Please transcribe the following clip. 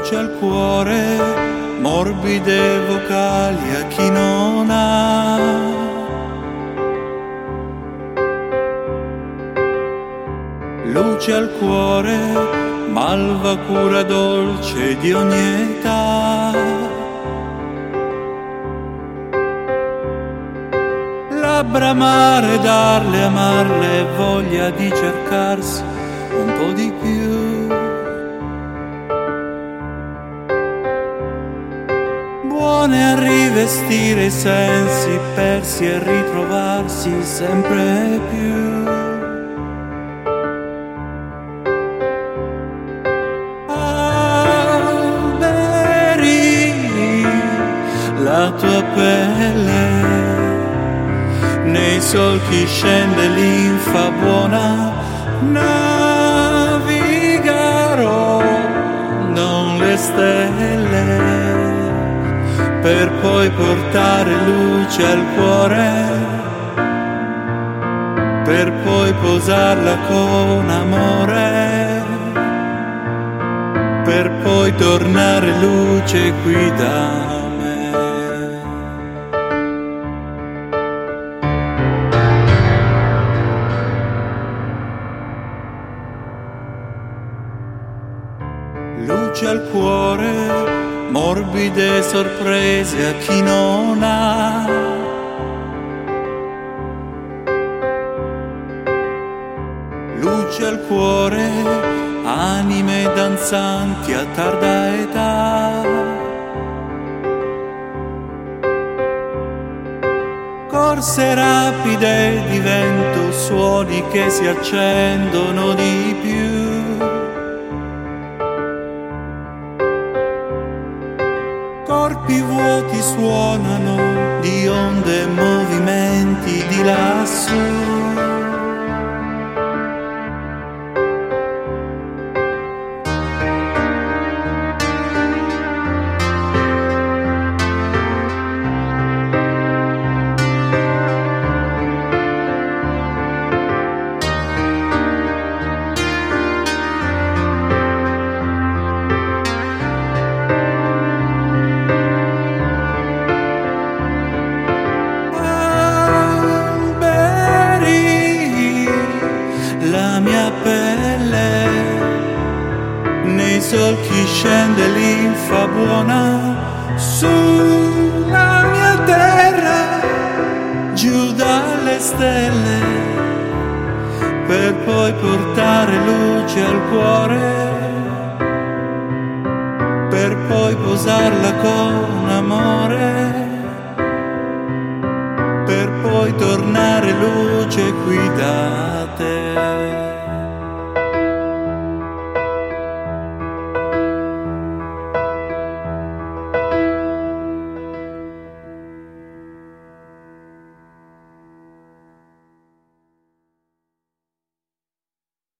luce al cuore, morbide vocali a chi non ha. Luce al cuore, malva cura dolce di ogni età. Labbra amare, darle, amarle, voglia di cercarsi un po' di più. Buone a rivestire i sensi persi e ritrovarsi sempre più. Alberi, la tua pelle, nei solchi scende linfa buona, navigherò non le stelle, per poi portare luce al cuore, per poi posarla con amore, per poi tornare luce qui da me. Luce al cuore, morbide sorprese a chi non ha. Luce al cuore, anime danzanti a tarda età. Corse rapide di vento, suoni che si accendono di più. Corpi vuoti suonano di onde e movimenti di lassù. La mia pelle, nei solchi scende linfa buona, sulla mia terra, giù dalle stelle, per poi portare luce al cuore, per poi posarla con amore,